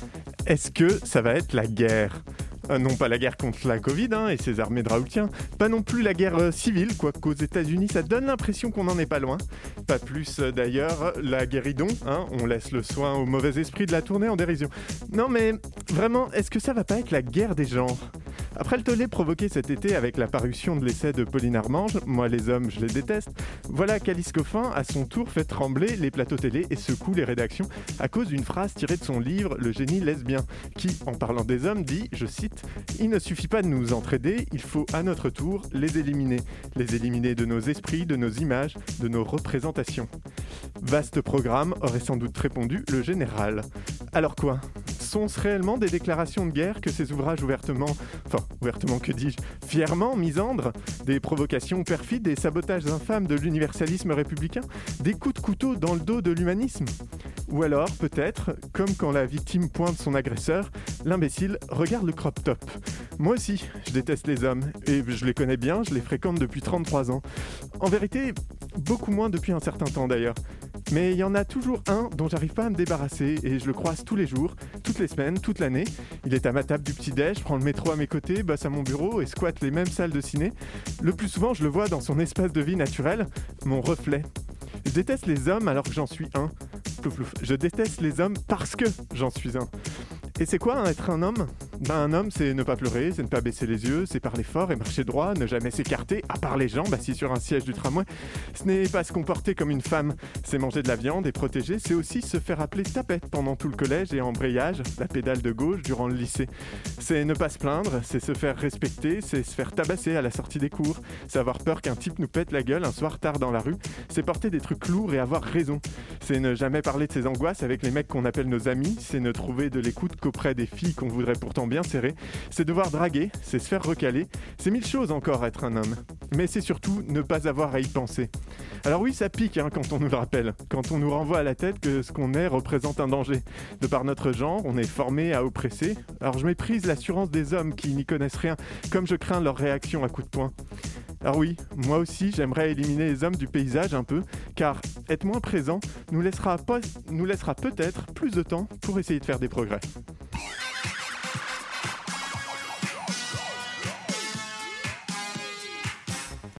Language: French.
Est-ce que ça va être la guerre ? Non pas la guerre contre la Covid et ses armées de raoultiens, pas non plus la guerre civile, quoiqu'aux États-Unis ça donne l'impression qu'on n'en est pas loin. Pas plus d'ailleurs la guéridon, on laisse le soin au mauvais esprit de la tourner en dérision. Non mais vraiment, est-ce que ça va pas être la guerre des genres ? Après le tollé provoqué cet été avec la parution de l'essai de Pauline Armange, Moi les hommes je les déteste, voilà qu'Alice Coffin à son tour fait trembler les plateaux télé et secoue les rédactions à cause d'une phrase tirée de son livre Le génie lesbien, qui, en parlant des hommes, dit, je cite, « Il ne suffit pas de nous entraider, il faut à notre tour les éliminer de nos esprits, de nos images, de nos représentations. » Vaste programme, aurait sans doute répondu le général. Alors quoi ? Sont-ce réellement des déclarations de guerre que ces ouvrages ouvertement que dis-je, fièrement misandres, des provocations perfides, des sabotages infâmes de l'universalisme républicain, des coups de couteau dans le dos de l'humanisme ? Ou alors, peut-être, comme quand la victime pointe son agresseur, l'imbécile regarde le crop top. Moi aussi, je déteste les hommes, et je les connais bien, je les fréquente depuis 33 ans. En vérité, beaucoup moins depuis un certain temps d'ailleurs. Mais il y en a toujours un dont j'arrive pas à me débarrasser et je le croise tous les jours, toutes les semaines, toute l'année. Il est à ma table du petit-déj, prend le métro à mes côtés, bosse à mon bureau et squatte les mêmes salles de ciné. Le plus souvent, je le vois dans son espace de vie naturel, mon reflet. Je déteste les hommes alors que j'en suis un. Plouf, plouf. Je déteste les hommes parce que j'en suis un. Et c'est quoi être un homme ? Un homme, c'est ne pas pleurer, c'est ne pas baisser les yeux, c'est parler fort et marcher droit, ne jamais s'écarter, à part les jambes, assis sur un siège du tramway. Ce n'est pas se comporter comme une femme, c'est manger de la viande et protéger, c'est aussi se faire appeler tapette pendant tout le collège et embrayage, la pédale de gauche durant le lycée. C'est ne pas se plaindre, c'est se faire respecter, c'est se faire tabasser à la sortie des cours, c'est avoir peur qu'un type nous pète la gueule un soir tard dans la rue, c'est porter des trucs lourds et avoir raison. C'est ne jamais parler de ses angoisses avec les mecs qu'on appelle nos amis, c'est ne trouver de l'écoute qu'auprès des filles qu'on voudrait pourtant bien serrer, c'est devoir draguer, c'est se faire recaler, c'est 1000 choses encore être un homme. Mais c'est surtout ne pas avoir à y penser. Alors oui, ça pique quand on nous le rappelle, quand on nous renvoie à la tête que ce qu'on est représente un danger. De par notre genre, on est formé à oppresser, alors je méprise l'assurance des hommes qui n'y connaissent rien, comme je crains leur réaction à coups de poing. Alors oui, moi aussi, j'aimerais éliminer les hommes du paysage un peu, car être moins présent nous laissera peut-être plus de temps pour essayer de faire des progrès.